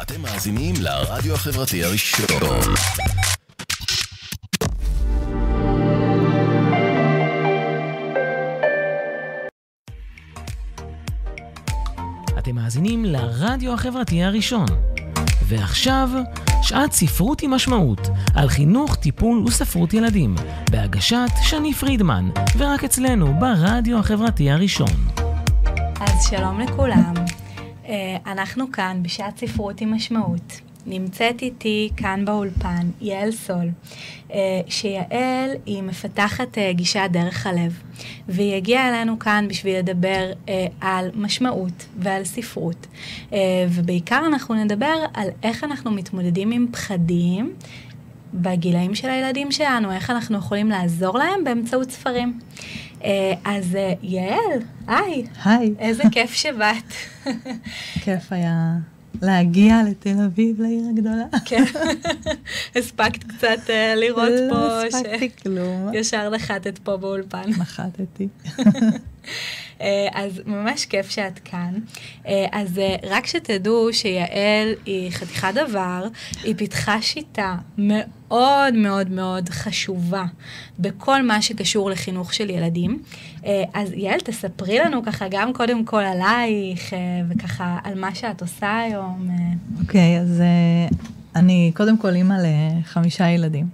אתם מאזינים לרדיו החברתי הראשון. אתם מאזינים לרדיו החברתי הראשון. ועכשיו, שעת ספרות עם משמעות, על חינוך, טיפול וספרות ילדים, בהגשת שני פרידמן, ורק אצלנו ברדיו החברתי הראשון. אז שלום לכולם, אנחנו כאן בשעת ספרות עם משמעות. נמצאת איתי כאן באולפן יעל סול, שיעל היא מפתחת גישה דרך הלב, והיא הגיעה אלינו כאן בשביל לדבר על משמעות ועל ספרות, ובעיקר אנחנו נדבר על איך אנחנו מתמודדים עם פחדים בגילאים של הילדים שלנו, איך אנחנו יכולים לעזור להם באמצעות ספרים. אז יעל, היי, איזה כיף שבאת. כיף היה להגיע לתל אביב, לעיר הגדולה. כן, הספקת קצת לראות פה. לא הספקתי כלום. ישר נחתת פה באולפן. נחתתי. אז ממש כיף שאת כאן. אז רק שתדעו שיעל היא חתיכת דבר, היא פיתחה שיטה מאוד מאוד מאוד חשובה בכל מה שקשור לחינוך של ילדים. אז יעל, תספרי לנו ככה גם קודם כל עלייך, וככה על מה שאת עושה היום. אוקיי, אז אני קודם כל אימא ל5 ילדים.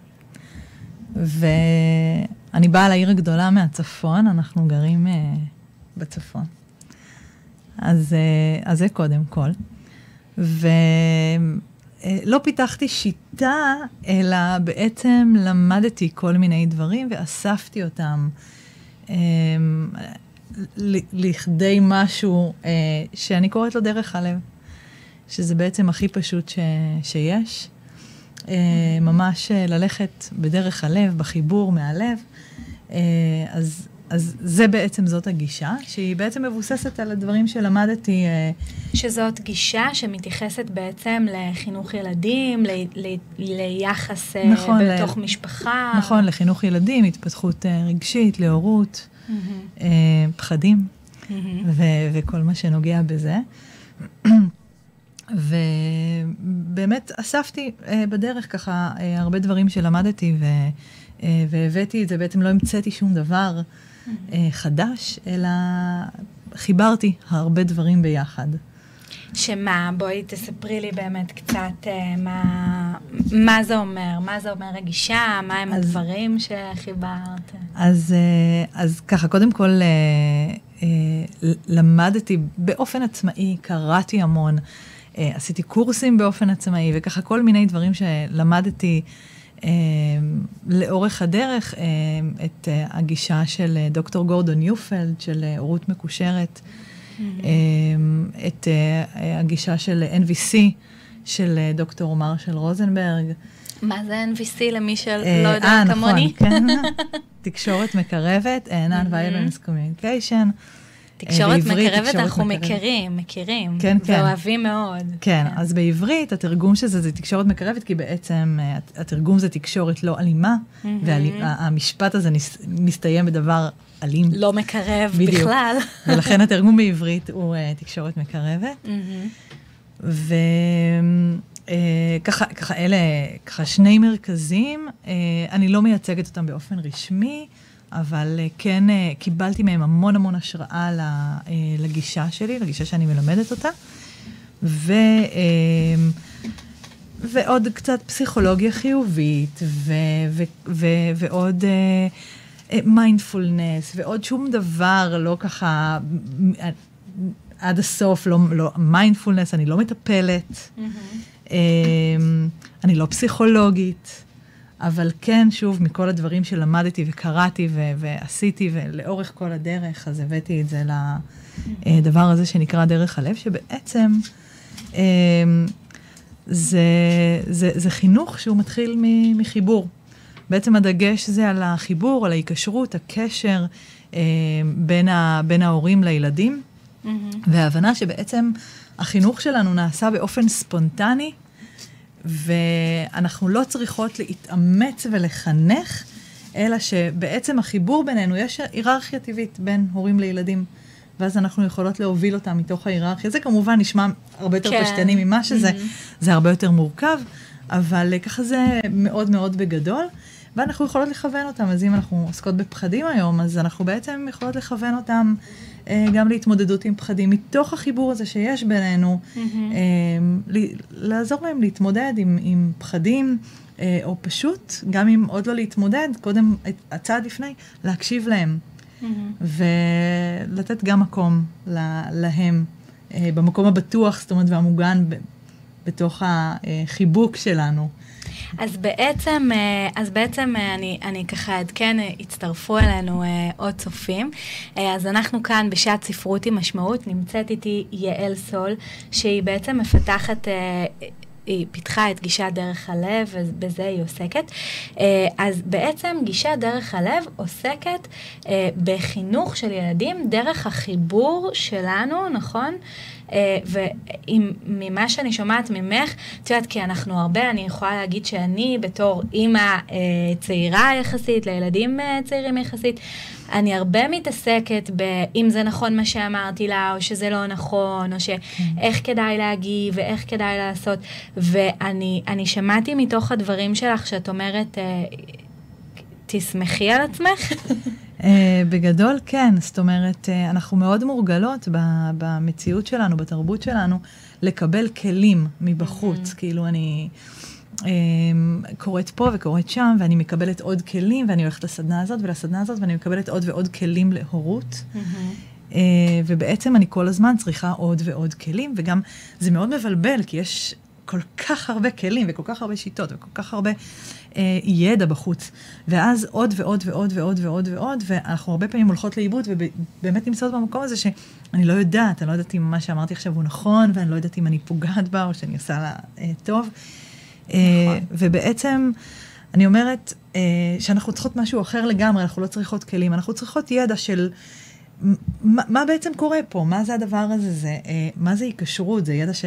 ואני באה לעיר הגדולה מהצפון, אנחנו גרים בצפון. אז זה קודם כל. ולא פיתחתי שיטה, אלא בעצם למדתי כל מיני דברים ואספתי אותם לכדי משהו שאני קוראת לו דרך הלב, שזה בעצם הכי פשוט שיש. ממש ללכת בדרך הלב, בחיבור מהלב. אז זה בעצם זאת הגישה, שהיא בעצם מבוססת על הדברים שלמדתי. שזאת גישה שמתייחסת בעצם לחינוך ילדים, ליחס נכון, בתוך משפחה. נכון, לחינוך ילדים, התפתחות רגשית, להורות, פחדים, וכל מה שנוגע בזה. ובאמת אספתי בדרך ככה הרבה דברים שלמדתי, והבאתי את זה, בעצם לא המצאתי שום דבר חדש, אלא חיברתי הרבה דברים ביחד. שמה? בואי תספרי לי באמת קצת מה זה אומר, מה זה אומר הגישה, מה הם הדברים שחיברת. אז ככה, קודם כל למדתי באופן עצמאי, קראתי המון, עשיתי קורסים באופן עצמאי, וככה כל מיני דברים שלמדתי לאורך הדרך, את הגישה של דוקטור גורדון יופלד, של הורות מקושרת, את הגישה של NVC, של דוקטור מרשל רוזנברג. מה זה NVC למי שלא יודע כמוני? נכון, כן. תקשורת מקרבת, Non-Violence Communication. תקשורת מקרבת אנחנו מכירים, כן, ואוהבים מאוד. כן, אז בעברית התרגום שזה זה תקשורת מקרבת, כי בעצם התרגום זה תקשורת לא אלימה, והמשפט הזה מסתיים בדבר אלים. לא מקרב בכלל. ולכן התרגום בעברית הוא תקשורת מקרבת. וככה אלה, ככה 2 מרכזים, אני לא מייצגת אותם באופן רשמי, אבל כן קיבלתי מהם המון השראה לגישה שלי, לגישה שאני מלמדת אותה. ועוד קצת פסיכולוגיה חיובית, ועוד מיינדפולנס, ועוד שום דבר, לא ככה עד הסוף, לא מיינדפולנס, אני לא מטפלת, אני לא פסיכולוגית, אבל כן, שוב, מכל הדברים שלמדתי וקראתי ועשיתי, ולאורך כל הדרך, אז הבאתי את זה לדבר הזה שנקרא דרך הלב, שבעצם זה חינוך שהוא מתחיל מחיבור. בעצם הדגש זה על החיבור, על ההיקשרות, הקשר בין ההורים לילדים, וההבנה שבעצם החינוך שלנו נעשה באופן ספונטני, ואנחנו לא צריכות להתאמץ ולחנך, אלא שבעצם החיבור בינינו, יש היררכיה טבעית בין הורים לילדים, ואז אנחנו יכולות להוביל אותם מתוך ההיררכיה. זה כמובן נשמע הרבה יותר פשטני ממה שזה, זה הרבה יותר מורכב, אבל ככה זה מאוד מאוד בגדול, ואנחנו יכולות לכוון אותם. אז אם אנחנו עוסקות בפחדים היום, אז אנחנו בעצם יכולות לכוון אותם גם להתמודדות עם פחדים, מתוך החיבור הזה שיש בינינו, לעזור להם להתמודד עם פחדים, או פשוט, גם אם עוד לא להתמודד, קודם הצעד לפני, להקשיב להם, ולתת גם מקום להם, במקום הבטוח, זאת אומרת, והמוגן בתוך החיבוק שלנו. אז בעצם אני ככה עדכן, הצטרפו אלינו עוד צופים. אז אנחנו כאן בשעת ספרות עם משמעות, נמצאת איתי יעל סול, שהיא בעצם מפתחת, היא פיתחה את גישת דרך הלב, ובזה היא עוסקת. אז בעצם גישת דרך הלב עוסקת בחינוך של ילדים דרך החיבור שלנו, נכון? וממה שאני שומעת ממך, את יודעת, כי אנחנו הרבה, אני יכולה להגיד שאני בתור אימא צעירה יחסית, לילדים צעירים יחסית, אני הרבה מתעסקת אם זה נכון מה שאמרתי לה, או שזה לא נכון, או שאיך כדאי להגיב, ואיך כדאי לעשות. ואני שמעתי מתוך הדברים שלך, שאת אומרת, תשמחי על עצמך? בגדול כן, זאת אומרת, אנחנו מאוד מורגלות במציאות שלנו, בתרבות שלנו, לקבל כלים מבחוץ. כאילו אני קוראת פה וקוראת שם, ואני מקבלת עוד כלים, ואני הולכת לסדנה הזאת ולסדנה הזאת, ואני מקבלת עוד ועוד כלים להורות. ובעצם אני כל הזמן צריכה עוד ועוד כלים, וגם זה מאוד מבלבל, כי יש כל כך הרבה כלים, וכל כך הרבה שיטות, וכל כך הרבה ידע בחוץ. ואז עוד ועוד ועוד ועוד ועוד ועוד, ואנחנו הרבה פעמים הולכות לאיבוד, ובאמת נמצאות במקום הזה שאני לא יודעת, אני לא יודעת אם מה שאמרתי עכשיו הוא נכון, ואני לא יודעת אם אני פוגעת בה, או שאני עושה לה טוב. ובעצם אני אומרת שאנחנו צריכות משהו אחר לגמרי, אנחנו לא צריכות כלים, אנחנו צריכות ידע של מה בעצם קורה פה, מה זה הדבר הזה, מה זה היקשרות, זה ידע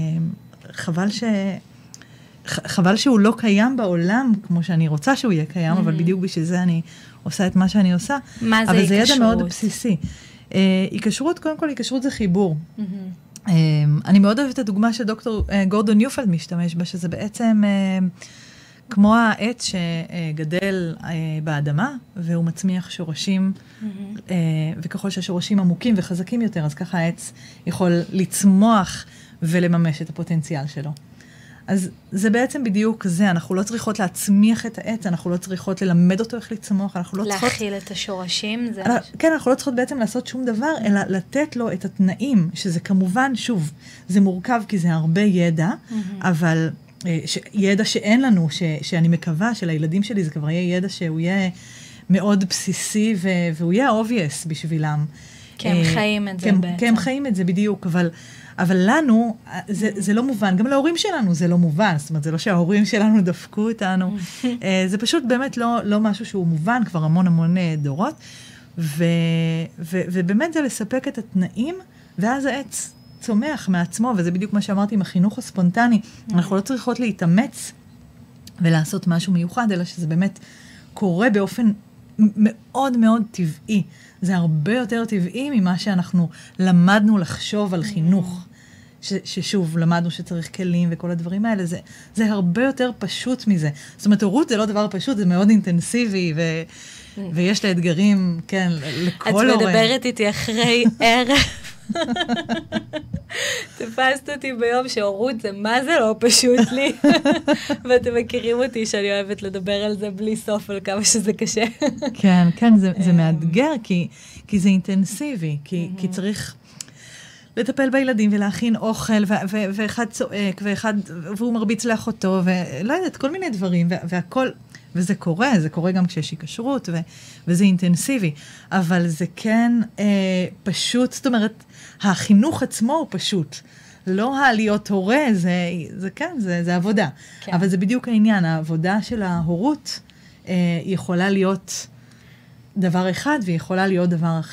חבל שהוא לא קיים בעולם, כמו שאני רוצה שהוא יהיה קיים, אבל בדיוק בשביל זה אני עושה את מה שאני עושה. מה זה אבל היקשרות? זה ידע מאוד בסיסי. היקשרות, קודם כל, היקשרות זה חיבור. אני מאוד אוהבת את הדוגמה שדוקטור גורדון ניופלד משתמש בה, שזה בעצם כמו העץ שגדל באדמה, והוא מצמיח שורשים, וככל שהשורשים עמוקים וחזקים יותר, אז ככה העץ יכול לצמוח ולממש את הפוטנציאל שלו. אז זה בעצם בדיוק זה, אנחנו לא צריכות להצמיח את העץ, אנחנו לא צריכות ללמד אותו איך לצמוח, אנחנו לא צריכות... להכיל את השורשים? כן, אנחנו לא צריכות בעצם לעשות שום דבר, אלא לתת לו את התנאים, שזה כמובן, שוב, זה מורכב כי זה הרבה ידע, אבל ידע שאין לנו, שאני מקווה שלילדים שלי זה כבר יהיה ידע שהוא יהיה מאוד בסיסי, והוא יהיה obvious בשבילם. כי הם חיים את זה בעצם. כי הם חיים את זה בדיוק, אבל לנו, זה לא מובן, גם להורים שלנו זה לא מובן, זאת אומרת, זה לא שההורים שלנו דפקו אותנו, זה פשוט באמת לא משהו שהוא מובן, כבר המון דורות, ובאמת זה לספק את התנאים, ואז העץ צומח מעצמו, וזה בדיוק מה שאמרתי עם החינוך הספונטני, אנחנו לא צריכות להתאמץ ולעשות משהו מיוחד, אלא שזה באמת קורה באופן מאוד מאוד טבעי. זה הרבה יותר טבעי ממה שאנחנו למדנו לחשוב על חינוך. ששוב, למדנו שצריך כלים וכל הדברים האלה. זה הרבה יותר פשוט מזה. זאת אומרת, הורות זה לא דבר פשוט, זה מאוד אינטנסיבי, ויש לה אתגרים, כן, לכל הורה. את מדברת איתי אחרי ערב. תפסת אותי ביום שהורות זה מה זה לא פשוט לי. ואתם מכירים אותי שאני אוהבת לדבר על זה בלי סוף, על כמה שזה קשה. כן, זה מאתגר, כי זה אינטנסיבי, כי צריך לטפל בילדים ולהכין אוכל, ואחד צועק, והוא מרביץ לאחותו, ולא יודעת, כל מיני דברים, והכל... וזה קורה גם כשיש היקשרות, וזה אינטנסיבי. אבל זה כן פשוט, זאת אומרת, החינוך עצמו הוא פשוט. לא להיות הורה, זה כן, זה עבודה. כן. אבל זה בדיוק העניין, העבודה של ההורות יכולה להיות דבר אחד, והיא יכולה להיות דבר אחר.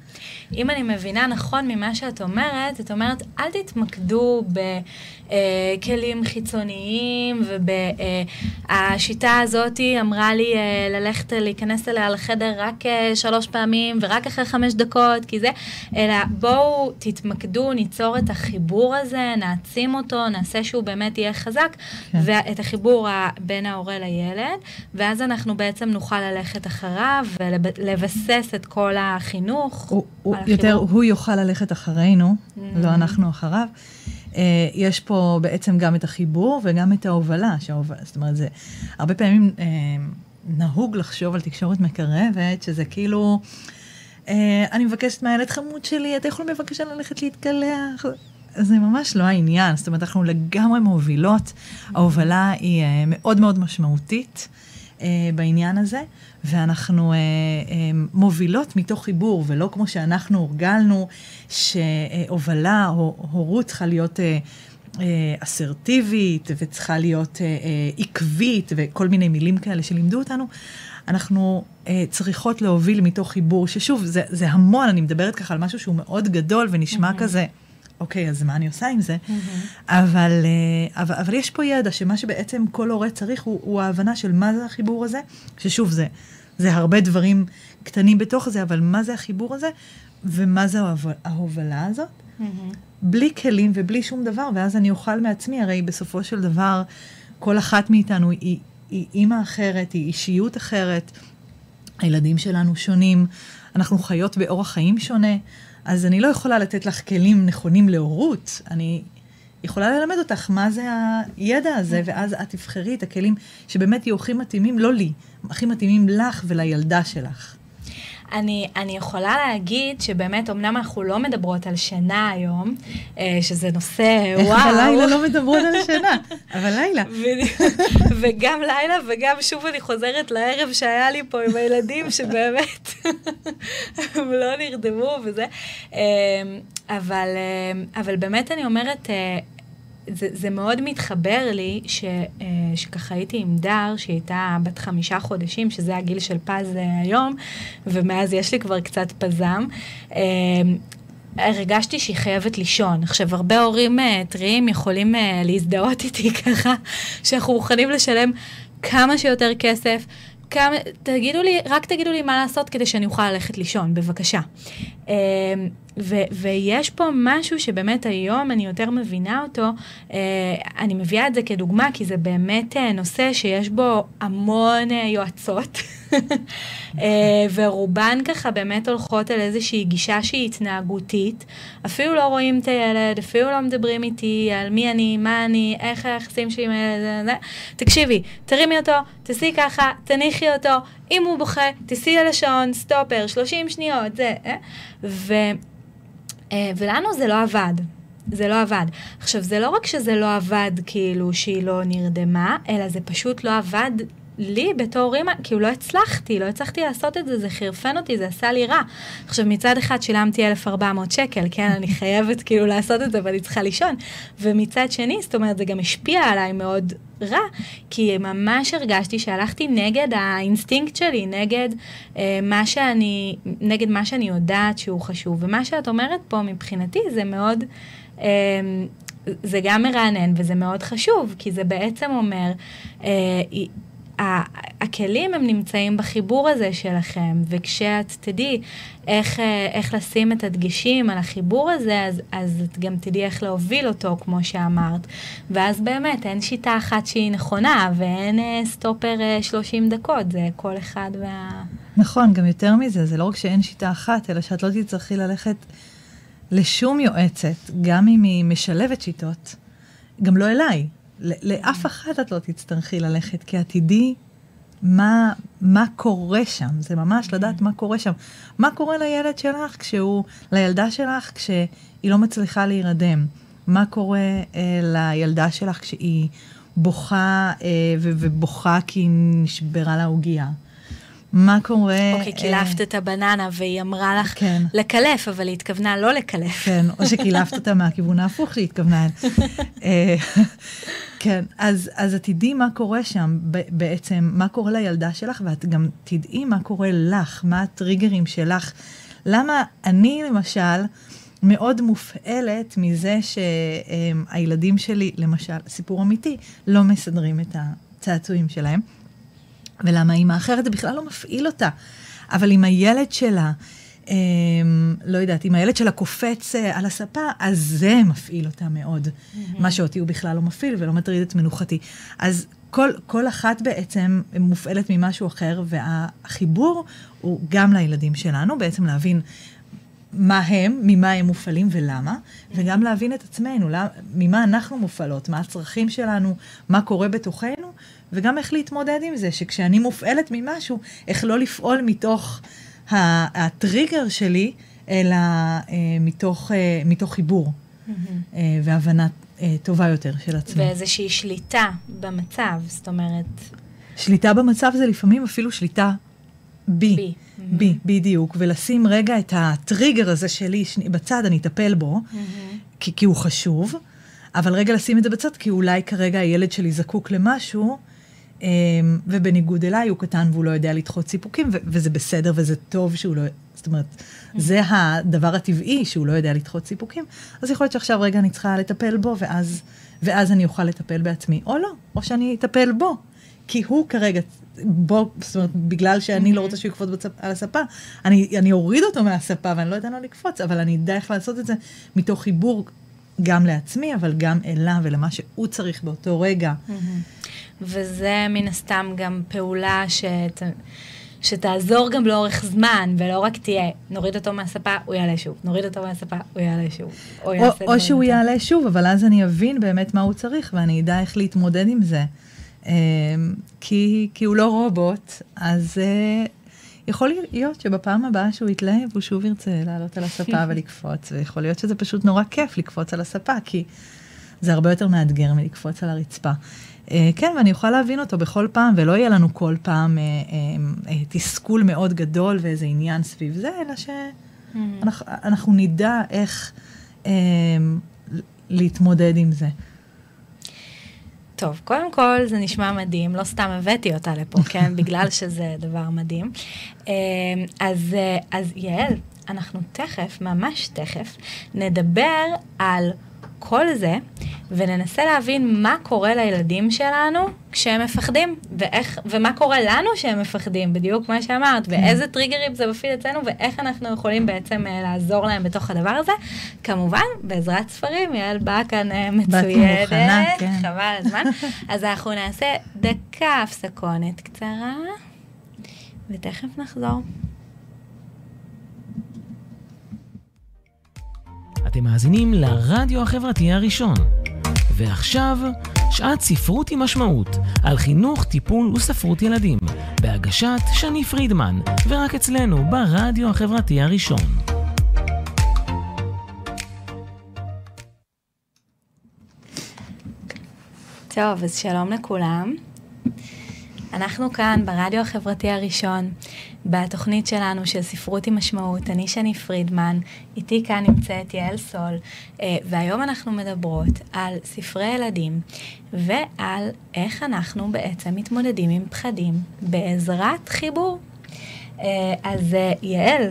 אם אני מבינה נכון ממה שאת אומרת, את אומרת, אל תתמקדו בכלים חיצוניים, והשיטה הזאת אמרה לי להיכנס אליה לחדר רק 3 פעמים, ורק אחרי 5 דקות, כי זה, אלא בואו תתמקדו, ניצור את החיבור הזה, נעצים אותו, נעשה שהוא באמת יהיה חזק, ואת החיבור בין ההורה לילד, ואז אנחנו בעצם נוכל ללכת אחריו, ולבסס את כל החינוך. יותר, הוא יוכל ללכת אחרינו, לא אנחנו אחריו. יש פה בעצם גם את החיבור וגם את ההובלה. זאת אומרת, זה הרבה פעמים נהוג לחשוב על תקשורת מקרבת, שזה כאילו, אני מבקשת מהילד חמוד שלי, אתה יכול בבקשה ללכת להתקלח. זה ממש לא העניין. זאת אומרת, אנחנו לגמרי מובילות. ההובלה היא מאוד מאוד משמעותית בעניין הזה, ואנחנו מובילות מתוך חיבור, ולא כמו שאנחנו הורגלנו, שהובלה או הורות צריכה להיות אסרטיבית, וצריכה להיות עקבית, וכל מיני מילים כאלה שלימדו אותנו. אנחנו צריכות להוביל מתוך חיבור, ששוב, זה המון, אני מדברת ככה על משהו שהוא מאוד גדול, ונשמע כזה, אוקיי, אז מה אני עושה עם זה? אבל יש פה ידע שמה שבעצם כל הורה צריך הוא ההבנה של מה זה החיבור הזה, ששוב, זה הרבה דברים קטנים בתוך זה, אבל מה זה החיבור הזה, ומה זה ההובלה הזאת? בלי כלים ובלי שום דבר, ואז אני אוכל מעצמי, הרי בסופו של דבר, כל אחת מאיתנו היא אימא אחרת, היא אישיות אחרת, הילדים שלנו שונים, אנחנו חיות באורח חיים שונה, אז אני לא יכולה לתת לך כלים נכונים להורות, אני יכולה ללמד אותך מה זה הידע הזה, ואז את תבחרי את הכלים שבאמת יהיו הכי מתאימים, לא לי, הכי מתאימים לך ולילדה שלך. אני יכולה להגיד שבאמת, אמנם אנחנו לא מדברות על שינה היום, שזה נושא, וואו. איך בלילה לא מדברות על שינה? אבל לילה. וגם לילה, וגם שוב אני חוזרת לערב שהיה לי פה עם הילדים, שבאמת הם לא נרדמו וזה. אבל באמת אני אומרת, זה מאוד מתחבר לי שככה הייתי עם דר, שהיא הייתה בת 5 חודשים, שזה הגיל של פז היום, ומאז יש לי כבר קצת פזם. הרגשתי שהיא חייבת לישון. עכשיו, הרבה הורים טריים יכולים להזדהות איתי ככה, שאנחנו מוכנים לשלם כמה שיותר כסף, רק תגידו לי מה לעשות כדי שאני אוכל ללכת לישון, בבקשה. ויש פה משהו שבאמת היום אני יותר מבינה אותו, אני מביאה את זה כדוגמה, כי זה באמת נושא שיש בו המון יועצות, ורובן ככה באמת הולכות על איזושהי גישה שהיא התנהגותית, אפילו לא רואים את הילד, אפילו לא מדברים איתי על מי אני, מה אני, איך היחסים שלי עם הילד, תקשיבי, תרימי אותו, תעשי ככה, תניחי אותו, אם הוא בוכה, תעשי על השעון, סטופר, 30 שניות, זה, ולנו זה לא עבד. זה לא עבד. עכשיו, זה לא רק שזה לא עבד כאילו שהיא לא נרדמה, אלא זה פשוט לא עבד לי בתור אימא, כאילו לא הצלחתי לעשות את זה, זה חרפן אותי, זה עשה לי רע. עכשיו, מצד אחד שילמתי 1,400 שקל, כן, אני חייבת כאילו לעשות את זה, ואני צריכה לישון. ומצד שני, זאת אומרת, זה גם השפיע עליי מאוד רע, כי ממש הרגשתי שהלכתי נגד האינסטינקט שלי, נגד מה שאני יודעת שהוא חשוב. ומה שאת אומרת פה מבחינתי זה מאוד, זה גם מרענן וזה מאוד חשוב, כי זה בעצם אומר, הכלים הם נמצאים בחיבור הזה שלכם, וכשאת תדעי איך לשים את הדגשים על החיבור הזה, אז את גם תדעי איך להוביל אותו, כמו שאמרת. ואז באמת אין שיטה אחת שהיא נכונה, ואין סטופר 30 דקות, זה כל אחד נכון, גם יותר מזה, זה לא רק שאין שיטה אחת, אלא שאת לא תצטרכי ללכת לשום יועצת, גם אם היא משלבת שיטות, גם לא אליי. לאף אחד את לא תצטרכי ללכת, כי עתידי מה קורה שם. זה ממש לדעת מה קורה שם. מה קורה לילד שלך לילדה שלך כשהיא לא מצליחה להירדם? מה קורה לילדה שלך כשהיא בוכה ובוכה כי נשברה לה עוגיה? מה קורה? אוקיי, קילפת את הבננה והיא אמרה לך לקלף, אבל היא התכוונה לא לקלף. כן, או שקילפת אותה מהכיוון ההפוך שהיא התכוונה. כן, אז את תדעי מה קורה שם בעצם, מה קורה לילדה שלך, ואת גם תדעי מה קורה לך, מה הטריגרים שלך למה אני למשל מאוד מופעלת מזה שהילדים שלי, למשל, סיפור אמיתי, לא מסדרים את הצעצועים שלהם, ולמה אמא אחרת זה בכלל לא מפעיל אותה. אבל אם הילד שלה, לא יודעת, אם הילד שלה קופץ על הספה, אז זה מפעיל אותה מאוד. מה שאותי הוא בכלל לא מפעיל ולא מטריד את מנוחתי. אז כל אחת בעצם מופעלת ממשהו אחר, והחיבור הוא גם לילדים שלנו, בעצם להבין מה הם, ממה הם מופעלים ולמה, וגם להבין את עצמנו, ממה אנחנו מופעלות, מה הצרכים שלנו, מה קורה בתוכנו, וגם איך להתמודד עם זה, שכשאני מופעלת ממשהו, איך לא לפעול מתוך הטריגר שלי, אלא מתוך חיבור, והבנה טובה יותר של עצמי. ואיזושהי שליטה במצב, זאת אומרת... שליטה במצב זה לפעמים אפילו שליטה בי, בדיוק, ולשים רגע את הטריגר הזה שלי בצד, אני אטפל בו, כי הוא חשוב, אבל רגע לשים את זה בצד, כי אולי כרגע הילד שלי זקוק למשהו, ובניגוד אליי הוא קטן והוא לא יודע לדחות סיפוקים, וזה בסדר וזה טוב שהוא לא... זאת אומרת, זה הדבר הטבעי שהוא לא יודע לדחות סיפוקים, אז יכול להיות שעכשיו רגע אני צריכה לטפל בו, ואז אני אוכל לטפל בעצמי, או לא, או שאני אטפל בו, כי הוא כרגע בו, זאת אומרת, בגלל שאני לא רוצה שהוא יקפוץ על הספה, אני אוריד אותו מהספה, ואני לא יודעת לא לקפוץ, אבל אני יודע איך לעשות את זה מתוך חיבור גם לעצמי, אבל גם אליו ולמה שהוא צריך באותו רגע. וזה מן הסתם גם פעולה שתעזור גם לאורך זמן, ולא רק תהיה, נוריד אותו מהספה, הוא יעלה שוב, נוריד אותו מהספה, הוא יעלה שוב. או שהוא יעלה שוב, אבל אז אני אבין באמת מה הוא צריך, ואני אדע איך להתמודד עם זה. כי הוא לא רובוט, אז יכול להיות שבפעם הבאה שהוא יתלהב, הוא שוב ירצה לעלות על הספה ולקפוץ, ויכול להיות שזה פשוט נורא כיף לקפוץ על הספה, כי זה הרבה יותר מאתגר מלקפוץ על הרצפה. כן, ואני יכולה להבין אותו בכל פעם, ולא יהיה לנו כל פעם תסכול מאוד גדול ואיזה עניין סביב זה, אלא שאנחנו נדע איך להתמודד עם זה. טוב, קודם כל זה נשמע מדהים, לא סתם הבאתי אותה לפה, כן? בגלל שזה דבר מדהים. אז יעל, אנחנו תכף, ממש תכף, נדבר על כל זה, וננסה להבין מה קורה לילדים שלנו כשהם מפחדים, ומה קורה לנו כשהם מפחדים, בדיוק מה שאמרת, ואיזה טריגרים זה מפעיל אצלנו, ואיך אנחנו יכולים בעצם לעזור להם בתוך הדבר הזה. כמובן, בעזרת ספרים, יעל באה כאן מצוידת, חבל הזמן. אז אנחנו נעשה דקה הפסקונת קצרה, ותכף נחזור. אתם מאזינים לרדיו החברתי הראשון. ועכשיו, שעת ספרות עם משמעות, על חינוך, טיפול וספרות ילדים, בהגשת שני פרידמן, ורק אצלנו ברדיו החברתי הראשון. טוב, אז שלום לכולם. אנחנו כאן ברדיו החברתי הראשון, בתוכנית שלנו של ספרות עם משמעות. אני שני פרידמן, איתי כאן נמצאת יעל סול, והיום אנחנו מדברות על ספרי ילדים, ועל איך אנחנו בעצם מתמודדים עם פחדים בעזרת חיבור. אז יעל,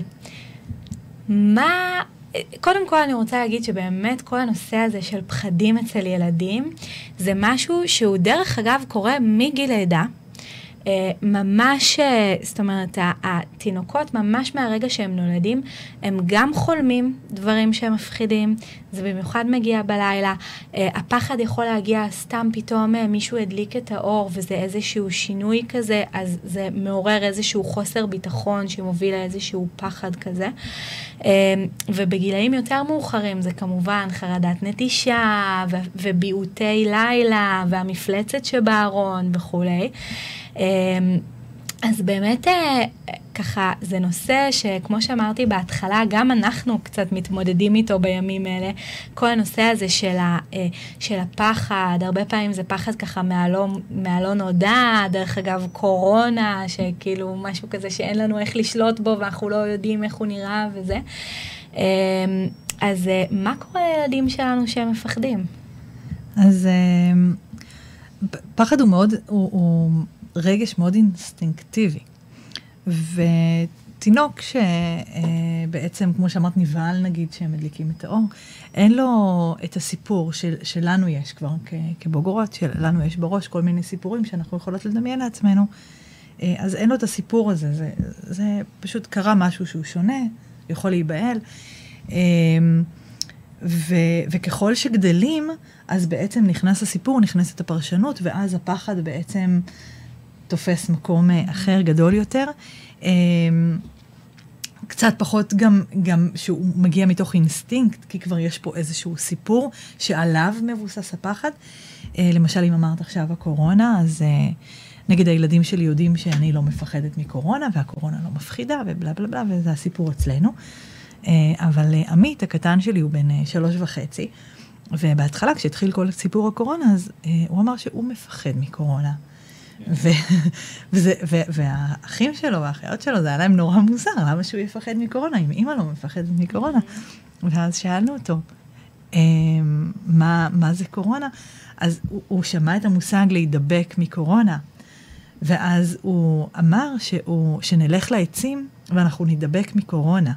קודם כל אני רוצה להגיד שבאמת כל הנושא הזה של פחדים אצל ילדים, זה משהו שהוא דרך אגב קורה מגיל לידה, ממש, זאת אומרת, התינוקות ממש מהרגע שהם נולדים, הם גם חולמים דברים שהם מפחידים, זה במיוחד מגיע בלילה, הפחד יכול להגיע סתם פתאום מישהו הדליק את האור וזה איזשהו שינוי כזה, אז זה מעורר איזשהו חוסר ביטחון שמוביל לאיזשהו פחד כזה, ובגילאים יותר מאוחרים זה כמובן חרדת נטישה וביעוטי לילה והמפלצת שבארון וכולי. אז באמת ככה זה נושא שכמו שאמרתי בהתחלה, גם אנחנו קצת מתמודדים איתו בימים אלה, כל הנושא הזה של הפחד, הרבה פעמים זה פחד ככה מהלא נודע, דרך אגב קורונה, שכאילו משהו כזה שאין לנו איך לשלוט בו ואנחנו לא יודעים איך הוא נראה וזה. אז מה קורה לילדים שלנו שהם מפחדים? אז פחד הוא מאוד, הוא רגש מאוד אינסטינקטיבי, תינוק שבעצם, כמו שאמרת, נבהל נגיד שהם מדליקים את האור, אין לו את הסיפור שלנו יש כבר כבוגרות, שלנו יש בראש כל מיני סיפורים שאנחנו יכולות לדמיין לעצמנו, אז אין לו את הסיפור הזה, זה פשוט קרה משהו שהוא שונה, יכול להיבהל, וככל שגדלים, אז בעצם נכנס הסיפור, נכנסת הפרשנות, ואז הפחד בעצם תופס מקום אחר, גדול יותר. קצת פחות גם שהוא מגיע מתוך אינסטינקט, כי כבר יש פה איזשהו סיפור שעליו מבוסס הפחד. למשל, אם אמרת עכשיו הקורונה, אז נגד הילדים שלי יודעים שאני לא מפחדת מקורונה, והקורונה לא מפחידה, ובלה בלה בלה, וזה הסיפור אצלנו. אבל עמית, הקטן שלי, הוא בן 3.5, ובהתחלה, כשהתחיל כל סיפור הקורונה, אז הוא אמר שהוא מפחד מקורונה. והאחים שלו והאחיות שלו, זה היה להם נורא מוזר, למה שהוא יפחד מקורונה, אם אמא לא מפחדת מקורונה. ואז שאלנו אותו, מה זה קורונה? אז הוא שמע את המושג להידבק מקורונה, ואז הוא אמר שנלך לעצים, ואנחנו נדבק מקורונה,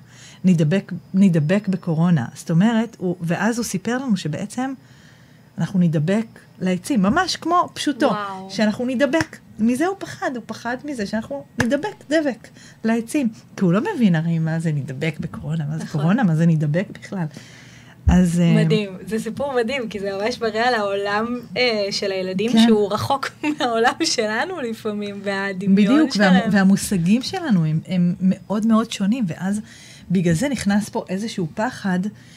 נדבק בקורונה. זאת אומרת, ואז הוא סיפר לנו שבעצם אנחנו נדבק לעצים, ממש כמו פשוטו, וואו. שאנחנו נדבק. מזה הוא פחד מזה שאנחנו נדבק דבק לעצים. כי הוא לא מבין הרי מה זה נדבק בקורונה, מה זה נכון. קורונה, מה זה נדבק בכלל. אז מדהים, זה סיפור מדהים, כי זה ממש מראה על העולם של הילדים, כן. שהוא רחוק מהעולם שלנו לפעמים, והדמיון בדיוק, שלהם. והמושגים שלנו הם מאוד מאוד שונים, ואז בגלל זה נכנס פה איזשהו פחד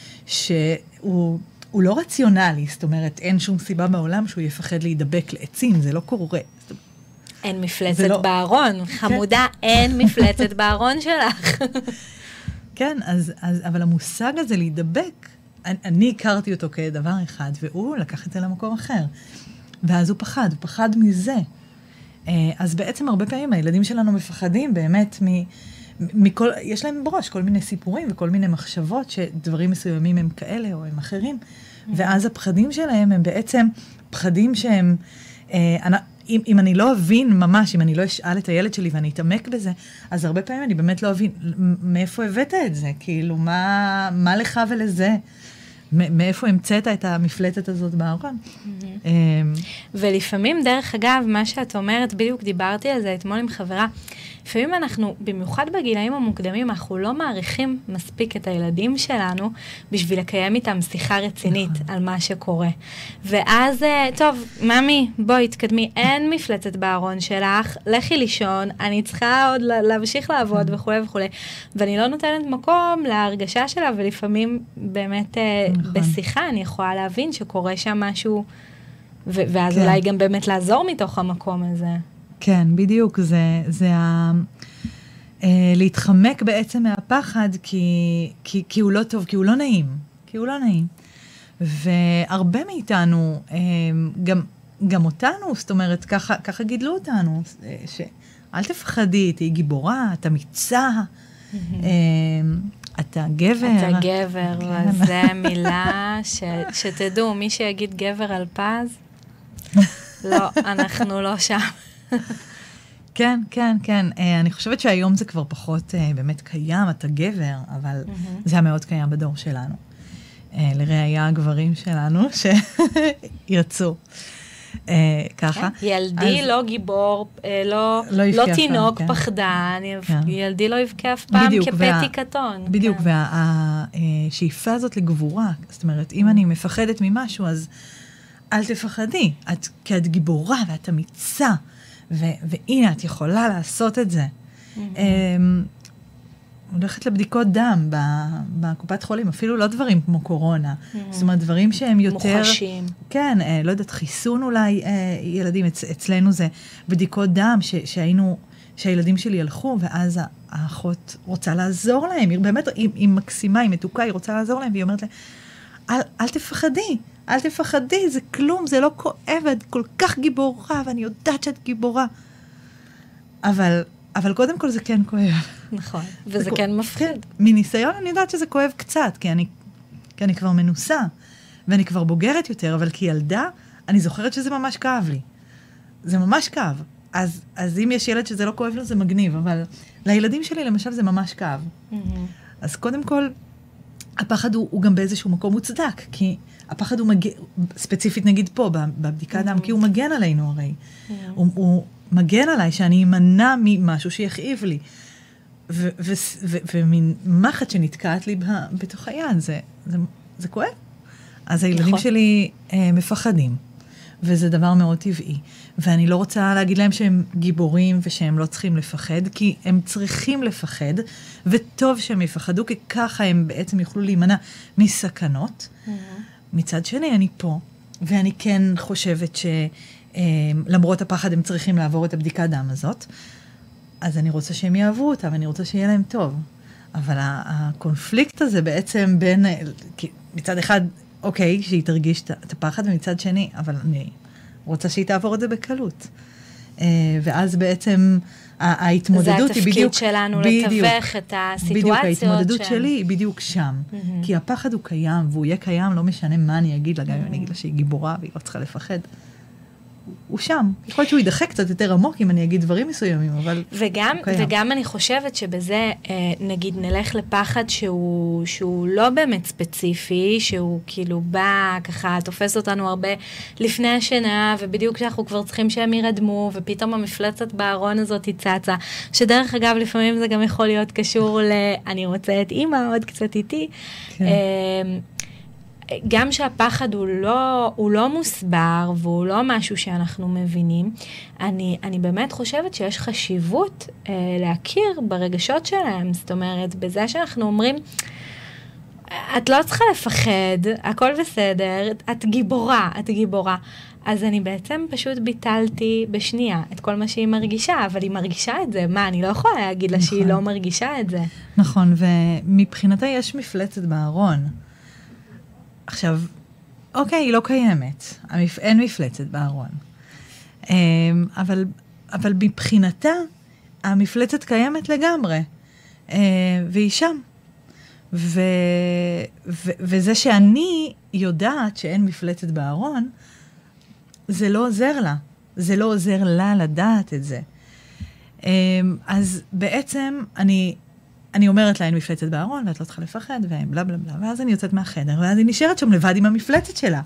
שהוא לא רציונלי, זאת אומרת, אין שום סיבה בעולם שהוא יפחד להידבק לעצים, זה לא קורה. אין מפלצת בארון, חמודה, אין מפלצת בארון שלך. כן, אבל המושג הזה להידבק, אני הכרתי אותו כדבר אחד, והוא לקח את זה למקום אחר. ואז הוא פחד מזה. אז בעצם הרבה פעמים הילדים שלנו מפחדים באמת מכל, יש להם בראש כל מיני סיפורים וכל מיני מחשבות שדברים מסוימים הם כאלה או הם אחרים. ואז הפחדים שלהם הם בעצם פחדים שהם, אם אני לא אבין ממש, אם אני לא אשאל את הילד שלי ואני אתעמק בזה, אז הרבה פעמים אני באמת לא אבין מאיפה הבאת את זה, כאילו מה לך ולזה, מאיפה המצאת את המפלטת הזאת בארון. ולפעמים, דרך אגב, מה שאת אומרת, בדיוק דיברתי על זה אתמול עם חברה, לפעמים אנחנו, במיוחד בגילאים המוקדמים, אנחנו לא מעריכים מספיק את הילדים שלנו, בשביל לקיים איתם שיחה רצינית על מה שקורה. ואז, טוב, ממי, בואי, תקדמי, אין מפלצת בארון שלך, לכי לישון, אני צריכה עוד להמשיך לעבוד וכו' וכו'. ואני לא נותנת מקום להרגשה שלה, ולפעמים באמת בשיחה אני יכולה להבין שקורה שם משהו, ואז אולי גם באמת לעזור מתוך המקום הזה. כן, בדיוק, זה להתחמק בעצם מהפחד, כי הוא לא טוב, כי הוא לא נעים. והרבה מאיתנו, גם אותנו, זאת אומרת, ככה גידלו אותנו, שאל תפחדי, תהי גיבורה, אתה אמיצה, אתה גבר. אתה גבר, וזה מילה שתדעו, מי שיגיד גבר על פז, לא, אנחנו לא שם. כן, כן, כן. אני חושבת שהיום זה כבר פחות באמת קיים, אתה גבר, אבל זה היה מאוד קיים בדור שלנו. לראיה הגברים שלנו שירצו ככה. ילדי לא גיבור, לא תינוק פחדן, ילדי לא יבכה אף פעם כפתי קטון. בדיוק, והשאיפה הזאת לגבורה, זאת אומרת, אם אני מפחדת ממשהו, אז אל תפחדי, כי את גיבורה ואת אמיצה, והנה, את יכולה לעשות את זה. הולכת לבדיקות דם בקופת חולים, אפילו לא דברים כמו קורונה. זאת אומרת, דברים שהם יותר... מוחשים. כן, לא יודעת, חיסון אולי ילדים, אצלנו זה בדיקות דם שהילדים שלי הלכו, ואז האחות רוצה לעזור להם. היא באמת, היא מקסימה, היא מתוקה, היא רוצה לעזור להם, והיא אומרת להם, אל תפחדי. אל תפחדי, זה כלום, זה לא כואב, את כל כך גיבורה, ואני יודעת שאת גיבורה. אבל קודם כל זה כן כואב. נכון, וזה כן מפחיד. כן, מניסיון אני יודעת שזה כואב קצת, כי אני כבר מנוסה, ואני כבר בוגרת יותר, אבל כילדה, אני זוכרת שזה ממש כאב לי. זה ממש כאב. אז אם יש ילד שזה לא כואב לו, זה מגניב, אבל לילדים שלי, למשל, זה ממש כאב. אז קודם כל, הפחד הוא גם באיזשהו מקום מוצדק, כי הפחד הוא מגן, ספציפית נגיד פה, בבדיקת דם, כי הוא מגן עלינו הרי. הוא מגן עליי שאני אמנע ממשהו שיכאיב לי. ומין מחט שנתקעת לי בתוך היד, זה כואב. אז הילדים שלי מפחדים, וזה דבר מאוד טבעי. ואני לא רוצה להגיד להם שהם גיבורים ושהם לא צריכים לפחד, כי הם צריכים לפחד, וטוב שהם יפחדו, כי ככה הם בעצם יוכלו להימנע מסכנות. מצד שני, אני פה, ואני כן חושבת שלמרות הפחד הם צריכים לעבור את הבדיקת דם הזאת, אז אני רוצה שהם יעברו אותה, ואני רוצה שיהיה להם טוב. אבל הקונפליקט הזה בעצם בין, מצד אחד, אוקיי, שהיא תרגיש את הפחד, ומצד שני, אבל אני רוצה שהיא תעבור את זה בקלות. ואז בעצם ההתמודדות היא בדיוק... זה התפקיד שלנו לתווך את הסיטואציות. בדיוק, ההתמודדות שלי היא בדיוק שם. כי הפחד הוא קיים, והוא יהיה קיים, לא משנה מה אני אגיד לה, גם אם אני אגיד לה שהיא גיבורה, והיא לא צריכה לפחד. הוא שם. יכול להיות שהוא יידחק קצת יותר עמוק אם אני אגיד דברים מסוימים, אבל וגם אני חושבת שבזה, נגיד, נלך לפחד שהוא לא באמת ספציפי, שהוא כאילו בא, ככה, תופס אותנו הרבה לפני השינה, ובדיוק כשאנחנו כבר צריכים שהם ירדמו, ופתאום המפלצת בארון הזאת היא צצה, שדרך אגב, לפעמים זה גם יכול להיות קשור אני רוצה את אמא, עוד קצת איתי. כן. גם שהפחד הוא לא מוסבר, והוא לא משהו שאנחנו מבינים, אני באמת חושבת שיש חשיבות להכיר ברגשות שלהם, זאת אומרת, בזה שאנחנו אומרים, את לא צריכה לפחד, הכל בסדר, את גיבורה. אז אני בעצם פשוט ביטלתי בשנייה את כל מה שהיא מרגישה, אבל היא מרגישה את זה. מה, אני לא יכולה להגיד לה שהיא לא מרגישה את זה. נכון, ומבחינתה יש מפלצת בארון. עכשיו, אוקיי, היא לא קיימת. אין מפלצת בארון. אבל מבחינתה, המפלצת קיימת לגמרי. והיא שם. וזה שאני יודעת שאין מפלצת בארון, זה לא עוזר לה. זה לא עוזר לה לדעת את זה. אז בעצם אני אומרת לה, אין מפלצת בארון, ואת לא צריכה לפחד, ובלה בלה בלה, ואז אני יוצאת מהחדר, ואז היא נשארת שם לבד עם המפלצת שלה.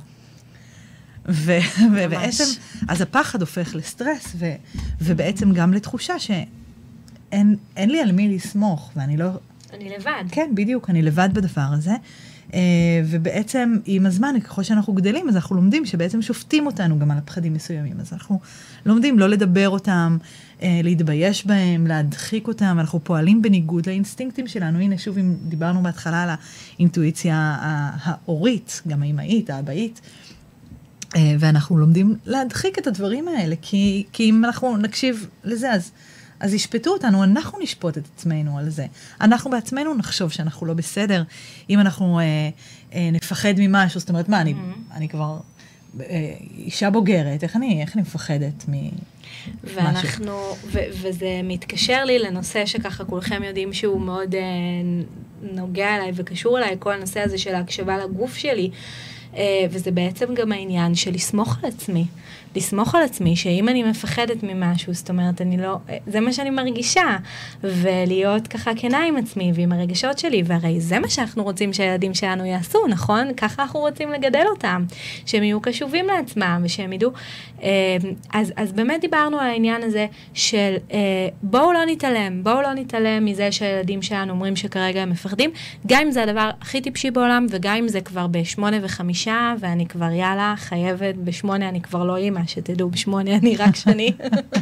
ובעצם, אז הפחד הופך לסטרס, ובעצם גם לתחושה שאין לי על מי לסמוך, ואני לא... אני לבד. כן, בדיוק, אני לבד בדבר הזה. ובעצם עם הזמן, ככל שאנחנו גדלים, אז אנחנו לומדים שבעצם שופטים אותנו גם על הפחדים מסוימים. אז אנחנו לומדים לא לדבר אותם, להתבייש בהם, להדחיק אותם, אנחנו פועלים בניגוד לאינסטינקטים שלנו. הנה, שוב, אם דיברנו בהתחלה על האינטואיציה ההורית, גם האמאית, האבאית, ואנחנו לומדים להדחיק את הדברים האלה, כי אם אנחנו נקשיב לזה, אז ישפטו אותנו, אנחנו נשפוט את עצמנו על זה. אנחנו בעצמנו נחשוב שאנחנו לא בסדר, אם אנחנו נפחד ממשהו, זאת אומרת, מה, אני כבר אישה בוגרת, איך אני מפחדת משהו? וזה מתקשר לי לנושא שככה כולכם יודעים שהוא מאוד נוגע אליי וקשור אליי, כל הנושא הזה של ההקשבה לגוף שלי, וזה בעצם גם העניין של לסמוך על עצמי, שאם אני מפחדת ממשהו, זאת אומרת, זה מה שאני מרגישה, ולהיות ככה כנה עם עצמי ועם הרגשות שלי, והרי זה מה שאנחנו רוצים שהילדים שלנו יעשו, נכון? ככה אנחנו רוצים לגדל אותם, שהם יהיו קשובים לעצמם, ושהם ידעו. אז באמת דיברנו על העניין הזה של בואו לא נתעלם מזה שהילדים שלנו אומרים שכרגע הם מפחדים, גם אם זה הדבר הכי טיפשי בעולם, וגם אם זה כבר ב8:05, ואני כבר יאללה, חייבת ב8, אני כבר לא אימא, שתדעו, ב8 אני רק שני.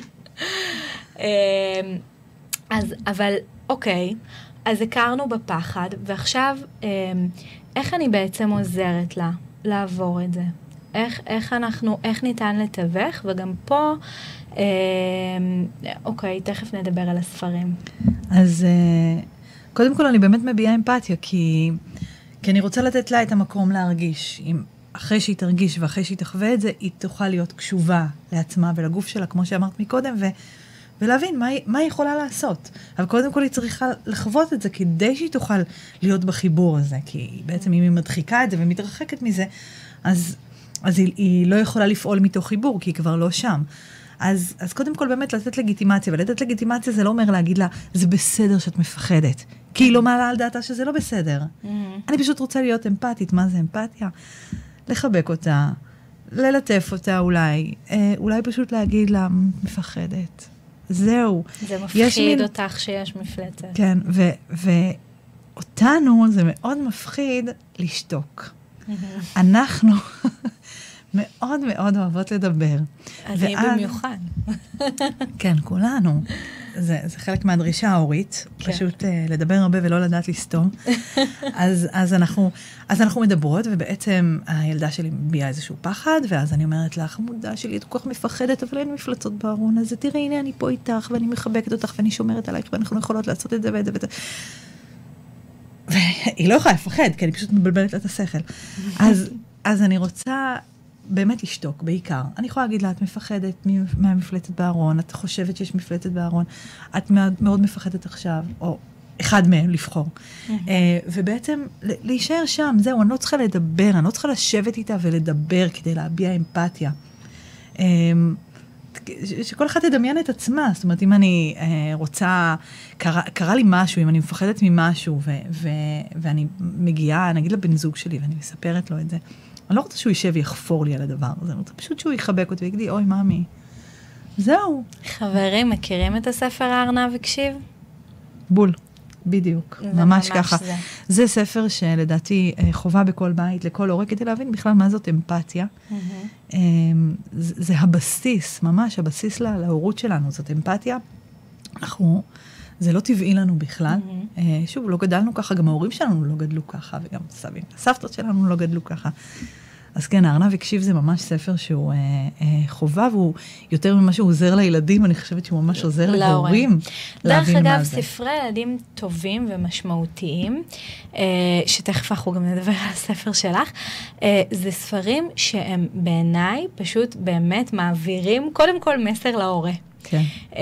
אבל אוקיי, אז הכרנו בפחד, ועכשיו, איך אני בעצם עוזרת לה לעבור את זה? איך ניתן לתווך? וגם פה, אוקיי, תכף נדבר על הספרים. אז קודם כל אני באמת מביעה אמפתיה, כי אני רוצה לתת לה את המקום להרגיש. אחרי שהיא תרגיש ואחרי שהיא תחווה את זה, היא תוכל להיות קשובה לעצמה ולגוף שלה, כמו שאמרת מקודם, ולהבין מה היא יכולה לעשות. אבל קודם כל היא צריכה לחוות את זה, כדי שהיא תוכל להיות בחיבור הזה, כי בעצם אם היא מדחיקה את זה ומתרחקת מזה, אז היא לא יכולה לפעול מתוך חיבור, כי היא כבר לא שם. אז קודם כל באמת לתת לגיטימציה, ולתת לגיטימציה זה לא אומר להגיד לה, זה בסדר שאת מפחדת, כי היא לא מעלה על דעתה שזה לא בסדר. אני פשוט רוצה להיות אמפתית. מה זה אמפתיה? לחבק אותה, ללטף אותה אולי פשוט להגיד לה, מפחדת. זהו. זה מפחיד אותך שיש מפלצת. כן, ואותנו זה מאוד מפחיד לשתוק. אנחנו מאוד מאוד אוהבות לדבר. אני במיוחד. כן, כולנו. זה חלק מהדרישה ההורית, פשוט לדבר הרבה ולא לדעת לסתום. אז אנחנו מדברות, ובעצם הילדה שלי מביאה איזשהו פחד, ואז אני אומרת לך, המודע שלי, את כל כך מפחדת, אבל אין מפלצות בארון, אז תראי, הנה אני פה איתך, ואני מחבקת אותך, ואני שומרת עלייך, ואנחנו יכולות לעשות את זה ואת זה ואת זה. והיא לא יכולה לפחד, כי אני פשוט מבלבלת לה את השכל. אז אני רוצה באמת לשתוק, בעיקר. אני יכולה להגיד לה, את מפחדת מהמפלצת בארון, את חושבת שיש מפלצת בארון, את מאוד מפחדת עכשיו, או אחד מהם לבחור. ובעצם להישאר שם, זהו, אני לא צריכה לדבר, אני לא צריכה לשבת איתה ולדבר כדי להביע אמפתיה. שכל אחד תדמיין את עצמה, זאת אומרת, אם אני רוצה, קרה לי משהו, אם אני מפחדת ממשהו, ואני מגיעה, נגיד לבן זוג שלי, ואני מספרת לו את זה, אני לא רוצה שהוא יישב ויחפור לי על הדבר הזה, אני רוצה פשוט שהוא יחבק אותי ויגיד לי, אוי, מאמי, זהו. חברים, מכירים את הספר הארנב הקשיב? בול, בדיוק, ממש ככה. זה ספר שלדעתי חובה בכל בית, לכל הורה, כדי להבין בכלל מה זאת אמפתיה. זה הבסיס, ממש הבסיס להורות שלנו, זאת אמפתיה. זה לא טבעי לנו בכלל. שוב, לא גדלנו ככה, גם ההורים שלנו לא גדלו ככה, וגם סבים, הסבתות שלנו לא גדלו ככה. אז כן, הארנב הקשיב זה ממש ספר שהוא חובה, והוא יותר ממה שהוא עוזר לילדים, אני חושבת שהוא ממש עוזר להורים. דרך אגב, ספרי ילדים טובים ומשמעותיים, שתכף אנחנו גם נדבר על הספר שלך, זה ספרים שהם בעיניי פשוט באמת מעבירים קודם כל מסר להורה. כן.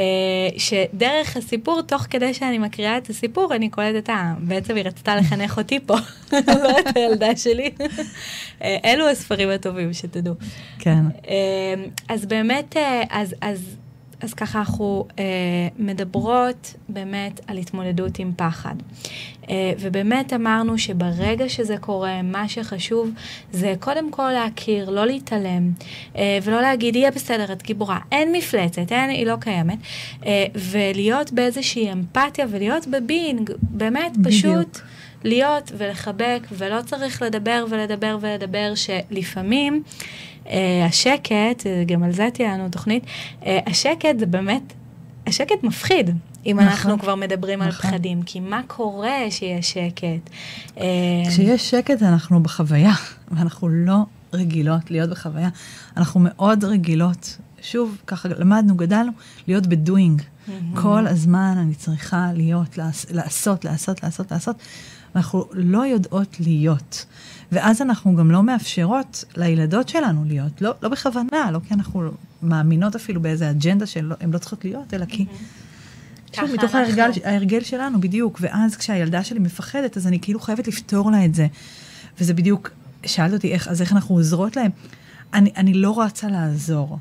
שדרך הסיפור, תוך כדי שאני מקריאה את הסיפור, אני קולטת, בעצם היא רצתה לחנך אותי פה, לא את הילדה שלי. אלו הספרים הטובים שתדעו. כן. אז באמת, אז ככה אנחנו מדברות באמת על התמודדות עם פחד. ובאמת אמרנו שברגע שזה קורה, מה שחשוב זה קודם כל להכיר, לא להתעלם, ולא להגיד, יהיה בסדר, את גיבורה, אין מפלצת, היא לא קיימת, ולהיות באיזושהי אמפתיה, ולהיות בבינג, באמת פשוט להיות ולחבק, ולא צריך לדבר ולדבר ולדבר, שלפעמים השקט, גם על זה תהיה לנו תוכנית, השקט זה באמת, השקט מפחיד, אם אנחנו כבר מדברים על פחדים, כי מה קורה שיש שקט? כשיש שקט אנחנו בחוויה, ואנחנו לא רגילות להיות בחוויה, אנחנו מאוד רגילות, שוב, ככה למדנו, גדלנו, להיות בדוינג, כל הזמן אני צריכה להיות, לעשות, ואנחנו לא יודעות להיות. ואז אנחנו גם לא מאפשרות לילדות שלנו להיות, לא בכוונה, לא כי אנחנו מאמינות אפילו באיזה אג'נדה שהן לא צריכות להיות, אלא כי שוב, מתוך ההרגל שלנו, בדיוק. ואז כשהילדה שלי מפחדת, אז אני כאילו חייבת לפתור לה את זה. וזה בדיוק, שאלת אותי איך אנחנו עוזרות להם. אני לא רצה לעזור.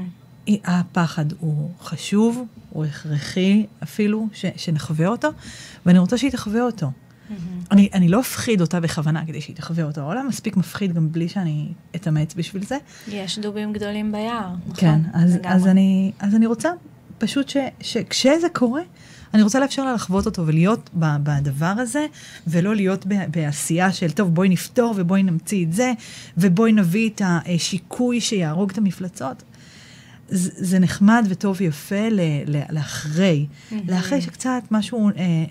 הפחד הוא חשוב, הוא הכרחי אפילו, שנחווה אותו, ואני רוצה שהיא תחווה אותו. אני לא אפחיד אותה בכוונה כדי שהיא תחווה אותו. העולם מספיק מפחיד גם בלי שאני אתאמץ בשביל זה. יש דובים גדולים ביער, נכון? כן, אז אני רוצה פשוט שכשזה קורה, אני רוצה לאפשר לה לחוות אותו ולהיות בדבר הזה, ולא להיות בעשייה של, טוב, בואי נפתור ובואי נמציא את זה, ובואי נביא את השיקוי שיהרוג את המפלצות. זה נחמד וטוב ויפה לאחרי. לאחרי שקצת משהו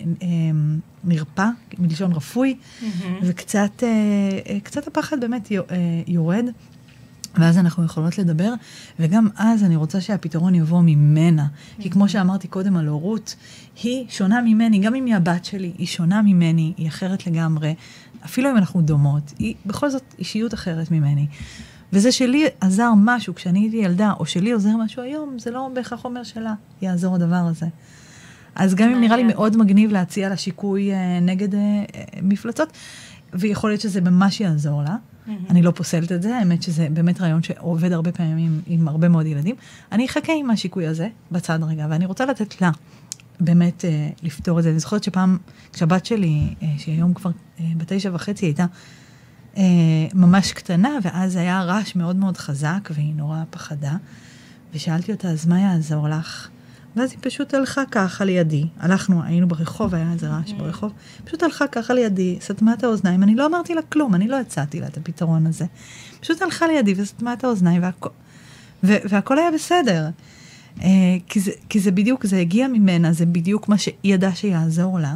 נרפא, מלשון רפוי, וקצת הפחד באמת יורד, ואז אנחנו יכולות לדבר, וגם אז אני רוצה שהפתרון יבוא ממנה. כי כמו שאמרתי קודם על הורות, היא שונה ממני, גם אם היא הבת שלי, היא שונה ממני, היא אחרת לגמרי, אפילו אם אנחנו דומות, היא בכל זאת אישיות אחרת ממני. וזה שלי עזר משהו כשאני הייתי ילדה, או שלי עוזר משהו היום, זה לא בהכרח אומר שלה יעזור הדבר הזה. אז גם אם נראה לי מאוד מגניב להציע לה שיקוי נגד מפלצות, ויכול להיות שזה ממש יעזור לה, אני לא פוסלת את זה, האמת שזה באמת רעיון שעובד הרבה פעמים עם הרבה מאוד ילדים. אני אחכה עם השיקוי הזה בצד רגע, ואני רוצה לתת לה באמת לפתור את זה. אני זוכרת שפעם, כשהבת שלי, שהיום כבר ב9:30, הייתה ממש קטנה, ואז היה רעש מאוד מאוד חזק, והיא נורא פחדה, ושאלתי אותה, אז מה יעזור לך? ואז היא פשוט הלכה ככה לידי, היינו ברחוב, היה איזה רעש ברחוב, פשוט הלכה ככה לידי, סתמה את האוזניים, אני לא אמרתי לה כלום, אני לא הצעתי לה את הפתרון הזה. פשוט הלכה לידי וסתמה את האוזניים, והכל היה בסדר. כי זה בדיוק, זה הגיע ממנה, זה בדיוק מה שהיא ידעה שיעזור לה.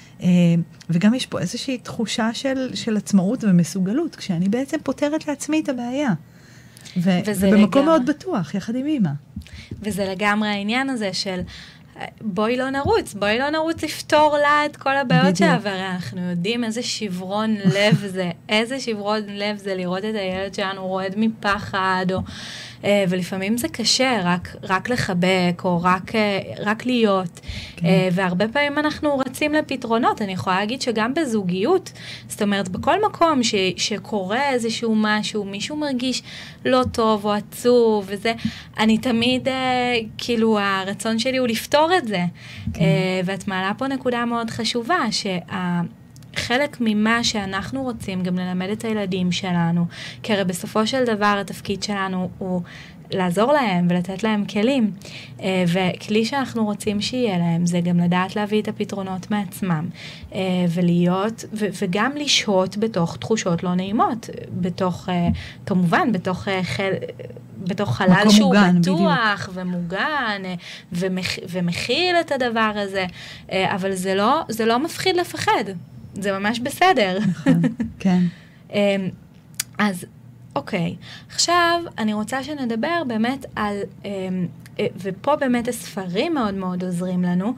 וגם יש פה איזושהי תחושה של עצמאות ומסוגלות, כשאני בעצם פותרת לעצמי את הבעיה. ובמקום מאוד בטוח, יחד עם אמא. וזה לגמרי העניין הזה של בואי לא נרוץ לפתור לה את כל הבעיות שלה, והרי אנחנו יודעים איזה שברון לב זה, לראות את הילד שלנו רועד מפחד, ולפעמים זה קשה, רק לחבק, או רק להיות. והרבה פעמים אנחנו רצים לפתרונות. אני יכולה להגיד שגם בזוגיות, זאת אומרת, בכל מקום שקורה איזשהו משהו, מישהו מרגיש לא טוב או עצוב, וזה, אני תמיד, כאילו, הרצון שלי הוא לפתור את זה. ואת מעלה פה נקודה מאוד חשובה, חלק ממה שאנחנו רוצים גם ללמד את הילדים שלנו, כי הרי בסופו של דבר התפקיד שלנו הוא לעזור להם ולתת להם כלים, וכלי שאנחנו רוצים שיהיה להם זה גם לדעת להביא את הפתרונות מעצמם, ולהיות, וגם לשהות בתוך תחושות לא נעימות, כמובן, בתוך חלל שהוא בטוח ומוגן, ומכיל את הדבר הזה, אבל זה לא מפחיד לפחד. זה ממש בסדר. נכון, כן. אז, אוקיי. עכשיו, אני רוצה שנדבר באמת על, ופה באמת הספרים מאוד מאוד עוזרים לנו.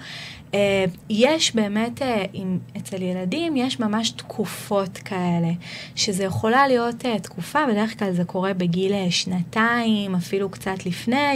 יש באמת, אצל ילדים, יש ממש תקופות כאלה, שזה יכולה להיות תקופה, בדרך כלל זה קורה בגיל 2, אפילו קצת לפני,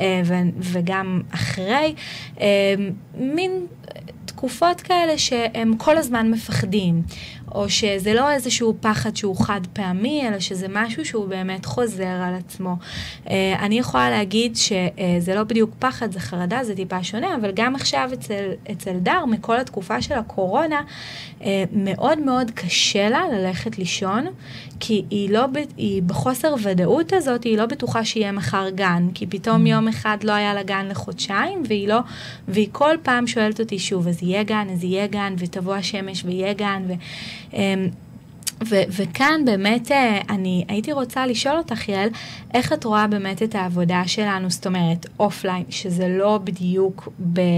וגם אחרי, מין תקופות כאלה שהם כל הזמן מפחדים, או שזה לא איזשהו פחד שהוא חד פעמי, אלא שזה משהו שהוא באמת חוזר על עצמו. אני יכולה להגיד שזה לא בדיוק פחד, זה חרדה, זה טיפה שונה, אבל גם עכשיו אצל דר, מכל התקופה של הקורונה, מאוד מאוד קשה לה ללכת לישון, כי היא בחוסר ודאות הזאת, היא לא בטוחה שיהיה מחר גן, כי פתאום יום אחד לא היה לה גן לחודשיים, והיא כל פעם שואלת אותי שוב, אז יהיה גן, ותבוא השמש ויהיה גן, וכאן באמת אני הייתי רוצה לשאול אותך, יעל, איך את רואה באמת את העבודה שלנו, זאת אומרת, אופליין, שזה לא בדיוק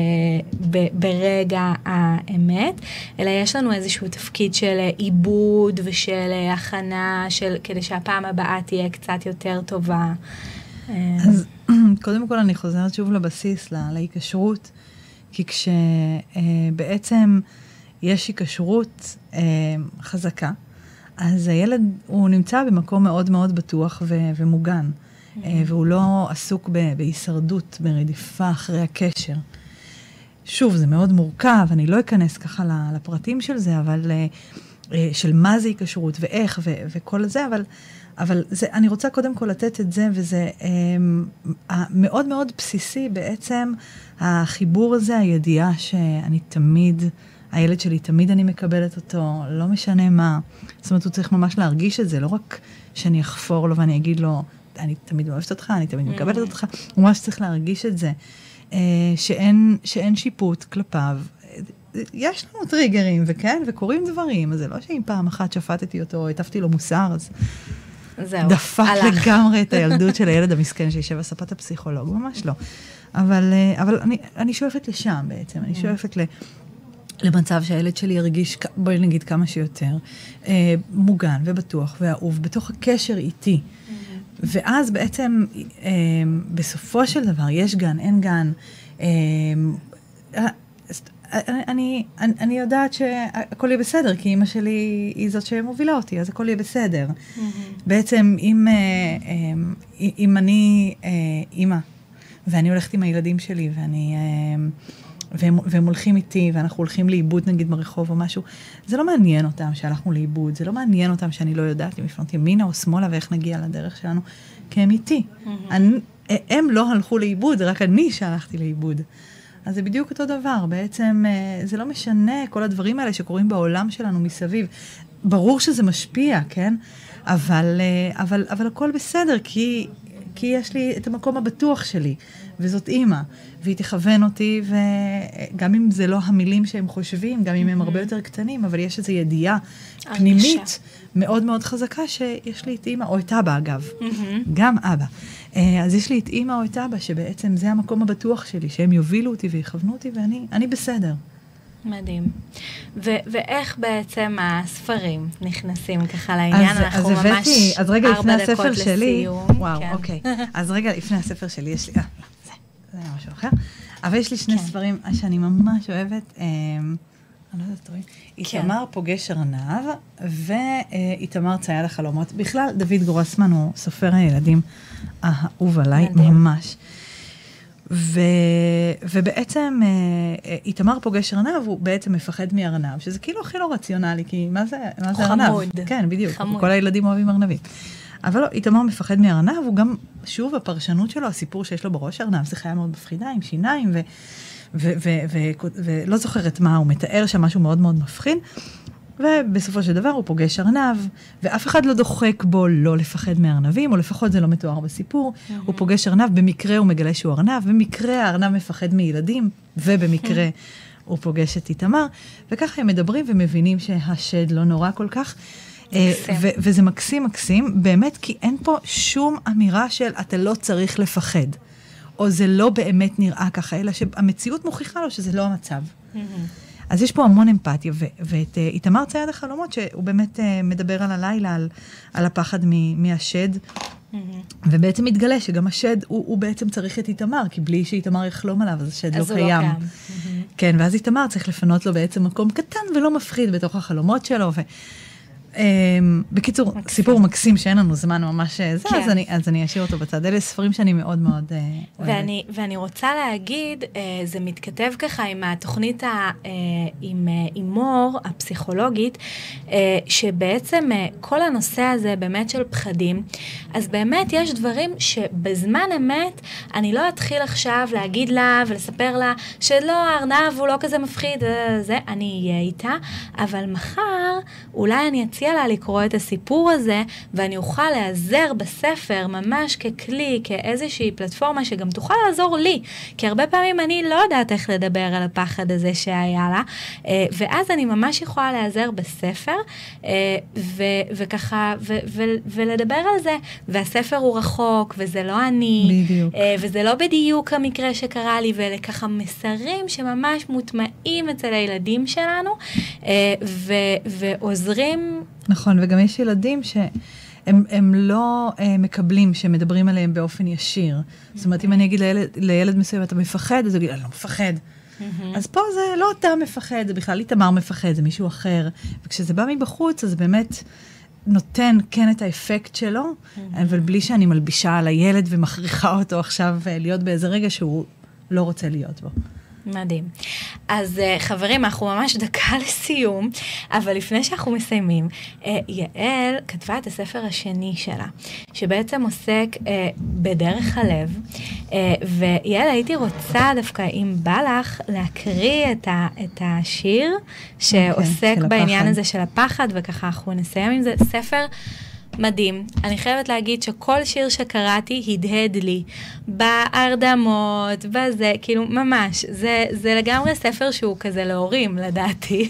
ברגע האמת, אלא יש לנו איזשהו תפקיד של עיבוד ושל הכנה, כדי שהפעם הבאה תהיה קצת יותר טובה. אז קודם כל אני חוזרת שוב לבסיס, להיקשרות, כי כשבעצם יש היקשרות חזקה, אז הילד הוא נמצא במקום מאוד מאוד בטוח ומוגן, והוא לא עסוק בהישרדות, ברדיפה אחרי הקשר. שוב, זה מאוד מורכב, אני לא אכנס ככה לפרטים של זה, אבל של מה זה היקשרות ואיך וכל זה, אבל אני רוצה קודם כל לתת את זה, וזה מאוד מאוד בסיסי בעצם, החיבור הזה, הידיעה שאני תמיד, הילד שלי תמיד אני מקבלת אותו, לא משנה מה. זאת אומרת, הוא צריך ממש להרגיש את זה, לא רק שאני אחפור לו ואני אגיד לו, אני תמיד אוהבת אותך, אני תמיד מקבלת אותך, הוא ממש צריך להרגיש את זה, שאין שיפוט כלפיו. יש לנו טריגרים, וכן, וקוראים דברים, אז זה לא שאם פעם אחת שפטתי אותו, הטפתי לו מוסר, אז דפק לגמרי את הילדות של הילד המסכן שישב הספת הפסיכולוג, ממש לא. אבל אני שואפת לשם בעצם, אני שואפת למצב שהילד שלי ירגיש, בואי נגיד כמה שיותר, מוגן ובטוח ואהוב, בתוך הקשר איתי. ואז בעצם, בסופו של דבר, יש גן, אין גן. אני יודעת שהכל יהיה בסדר, כי אמא שלי היא זאת שמובילה אותי, אז הכל יהיה בסדר. בעצם, אם אני אמא, ואני הולכת עם הילדים שלי, ואני והם הולכים איתי, ואנחנו הולכים לאיבוד נגיד ברחוב או משהו, זה לא מעניין אותם שהלכנו לאיבוד, זה לא מעניין אותם שאני לא יודעת אם לפנות ימינה או שמאלה ואיך נגיע לדרך שלנו, כי הם איתי. הם לא הלכו לאיבוד, רק אני שהלכתי לאיבוד. אז זה בדיוק אותו דבר, בעצם זה לא משנה כל הדברים האלה שקורים בעולם שלנו מסביב. ברור שזה משפיע, כן? אבל הכל בסדר, כי יש לי את המקום הבטוח שלי, וזאת אימא, והיא תכוון אותי, וגם אם זה לא המילים שהם חושבים, גם אם הם הרבה יותר קטנים, אבל יש איזו ידיעה פנימית מאוד מאוד חזקה, שיש לי את אימא, או את אבא אגב, גם אבא. אז יש לי את אימא או את אבא, שבעצם זה המקום הבטוח שלי, שהם יובילו אותי ויכוונו אותי, ואני בסדר. מדהים. ואיך בעצם הספרים נכנסים ככה לעניין? אנחנו ממש 4 דקות לסיום. וואו, אוקיי. אז רגע, לפני הספר שלי יש לי, זה היה משהו אחר. אבל יש לי שני ספרים שאני ממש אוהבת, אני לא יודעת, רואים. איתמר פוגש ארנב, ואיתמר צייד החלומות. בכלל, דוד גרוסמן הוא סופר הילדים האהוב עליי, ממש. ובעצם איתמר פוגש ארנב, הוא בעצם מפחד מארנב, שזה כאילו הכי לא רציונלי, כי מה זה ארנב? חמוד. כן, בדיוק. כל הילדים אוהבים ארנבים. אבל לא, איתמר מפחד מארנב, הוא גם, שוב, הפרשנות שלו, הסיפור שיש לו בראש ארנב, זה חיה מאוד מפחידה, עם שיניים, ולא זוכרת מה, הוא מתאר שם משהו מאוד מאוד מפחיד, ובסופו של דבר הוא פוגש ארנב, ואף אחד לא דוחק בו לא לפחד מארנבים, או לפחות זה לא מתואר בסיפור, הוא פוגש ארנב, במקרה הוא מגלה שהוא ארנב, במקרה הארנב מפחד מילדים, ובמקרה הוא פוגש את איתמר, וככה הם מדברים ומבינים שהשד לא נורא כל כך, וזה מקסים מקסים, באמת כי אין פה שום אמירה של אתה לא צריך לפחד, או זה לא באמת נראה ככה, אלא שהמציאות מוכיחה לו שזה לא המצב. אז יש פה המון אמפתיה, ואת איתמר צייד החלומות, שהוא באמת מדבר על הלילה, על הפחד מהשד, ובעצם מתגלה שגם השד, הוא בעצם צריך את איתמר, כי בלי שאיתמר יחלום עליו, אז השד לא קיים. כן, ואז איתמר צריך לפנות לו בעצם מקום קטן ולא מפחיד בתוך החלומות שלו, בקיצור, סיפור מקסים שאין לנו זמן ממש זה, אז אני אשאיר אותו בצד. אלה ספרים שאני מאוד מאוד אוהבת. ואני רוצה להגיד, זה מתכתב ככה עם התוכנית עם מור, הפסיכולוגית, שבעצם כל הנושא הזה באמת של פחדים, אז באמת יש דברים שבזמן אמת, אני לא אתחיל עכשיו להגיד לה ולספר לה, שלא, הארנב הוא לא כזה מפחיד, אני אהיה איתה, אבל מחר אולי אני אציע לה לקרוא את הסיפור הזה, ואני אוכל להיעזר בספר ממש ככלי, כאיזושהי פלטפורמה שגם תוכל לעזור לי, כי הרבה פעמים אני לא יודעת איך לדבר על הפחד הזה שהיה לה, ואז אני ממש יכולה להיעזר בספר, וככה, ולדבר על זה, והספר הוא רחוק, וזה לא אני, וזה לא בדיוק המקרה שקרה לי, ולככה מסרים שממש מוטמעים אצל הילדים שלנו, ועוזרים. נכון, וגם יש ילדים שהם לא מקבלים, שמדברים עליהם באופן ישיר. זאת אומרת, אם אני אגיד לילד מסוים, אתה מפחד, אז הוא יגיד, אני לא מפחד. אז פה זה לא אתה מפחד, זה בכלל איתמר מפחד, זה מישהו אחר. וכשזה בא מבחוץ, אז באמת נותן כן את האפקט שלו, אבל בלי שאני מלבישה על הילד ומכריחה אותו עכשיו להיות באיזה רגע שהוא לא רוצה להיות בו. מדהים. אז חברים, אנחנו ממש דקה לסיום, אבל לפני שאנחנו מסיימים, יעל כתבה את הספר השני שלה, שבעצם עוסק בדרך הלב, ויעל, הייתי רוצה דווקא, אם בא לך, להקריא את השיר שעוסק בעניין הזה של הפחד, וככה אנחנו נסיים עם זה. ספר מדהים. אני חייבת להגיד שכל שיר שקראתי הדהד לי בהרדמות, בזה, כאילו ממש, זה לגמרי ספר שהוא כזה להורים, לדעתי.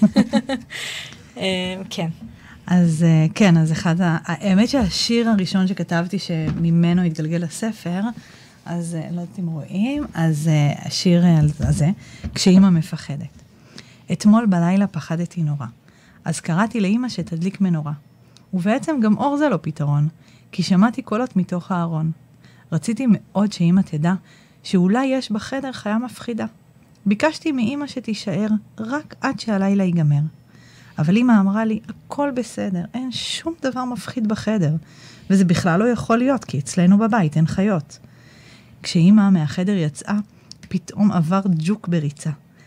כן. אז כן, אז האמת שהשיר הראשון שכתבתי שממנו התגלגל לספר, אז לא יודעת אם רואים, אז השיר הזה, כשאמא מפחדת. אתמול בלילה פחדתי נורא, אז קראתי לאמא שתדליק מנורה. ובעצם גם אור זה לא פתרון, כי שמעתי קולות מתוך הארון. רציתי מאוד שאמא תדע שאולי יש בחדר חיה מפחידה. ביקשתי מאמא שתישאר רק עד שהלילה ייגמר. אבל אמא אמרה לי, הכל בסדר, אין שום דבר מפחיד בחדר. וזה בכלל לא יכול להיות, כי אצלנו בבית אין חיות. כשאמא מהחדר יצאה, פתאום עבר ג'וק בריצה.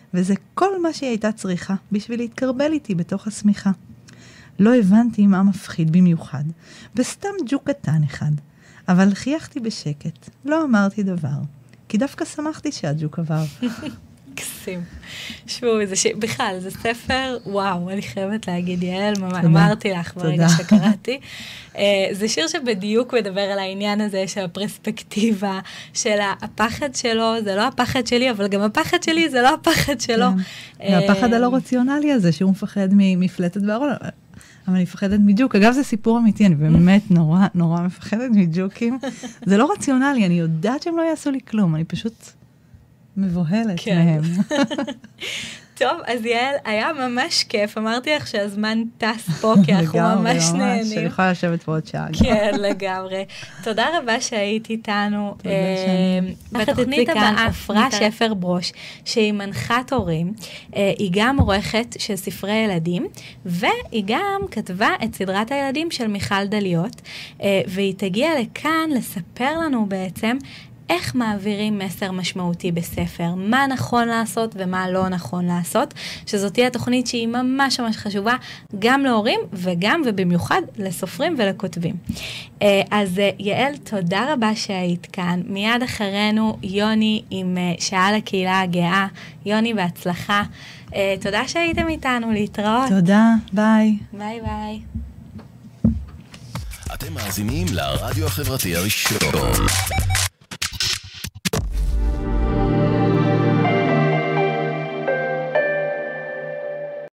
וזה כל מה שהיא הייתה צריכה בשביל להתקרבל איתי בתוך השמיכה. לא הבנתי מה מפחיד במיוחד, בסתם ג'וק קטן אחד, אבל חייכתי בשקט, לא אמרתי דבר, כי דווקא שמחתי שהג'וק עבר. קסים. שבו, בכלל, זה ספר, וואו, אני חייבת להגיד, יעל, אמרתי לך ברגע שקראתי. זה שיר שבדיוק מדבר על העניין הזה של הפרספקטיבה, של הפחד שלו, זה לא הפחד שלי, אבל גם הפחד שלי זה לא הפחד שלו. והפחד הלא רציונלי הזה, שהוא מפחד מפלטת בארון, אבל אני מפחדת מג'וק. אגב, זה סיפור אמיתי, אני באמת נורא, נורא מפחדת מג'וקים. זה לא רציונלי, אני יודעת שהם לא יעשו לי כלום, אני פשוט מבוהלת מהם. טוב, אז יעל, היה ממש כיף. אמרתי לך שהזמן טס פה, כי אנחנו ממש נהנים. שאני יכולה לשבת פה עוד שעה. כן, לגמרי. תודה רבה שהיית איתנו. בתוכנית הבאה, עפרה שפר ברוש, שהיא מנחת הורים, היא גם עורכת של ספרי ילדים, והיא גם כתבה את סדרת הילדים של מיכל דליות, והיא תגיע לכאן לספר לנו בעצם איך מעבירים מסר משמעותי בספר, מה נכון לעשות ומה לא נכון לעשות, שזאת תהיה תוכנית שהיא ממש ממש חשובה, גם להורים וגם ובמיוחד לסופרים ולכותבים. אז יעל, תודה רבה שהיית כאן. מיד אחרינו יוני עם שעה לקהילה הגאה. יוני, בהצלחה. תודה שהייתם איתנו, להתראות. תודה, ביי. ביי ביי. אתם מאזינים לרדיו החברתי הראשון.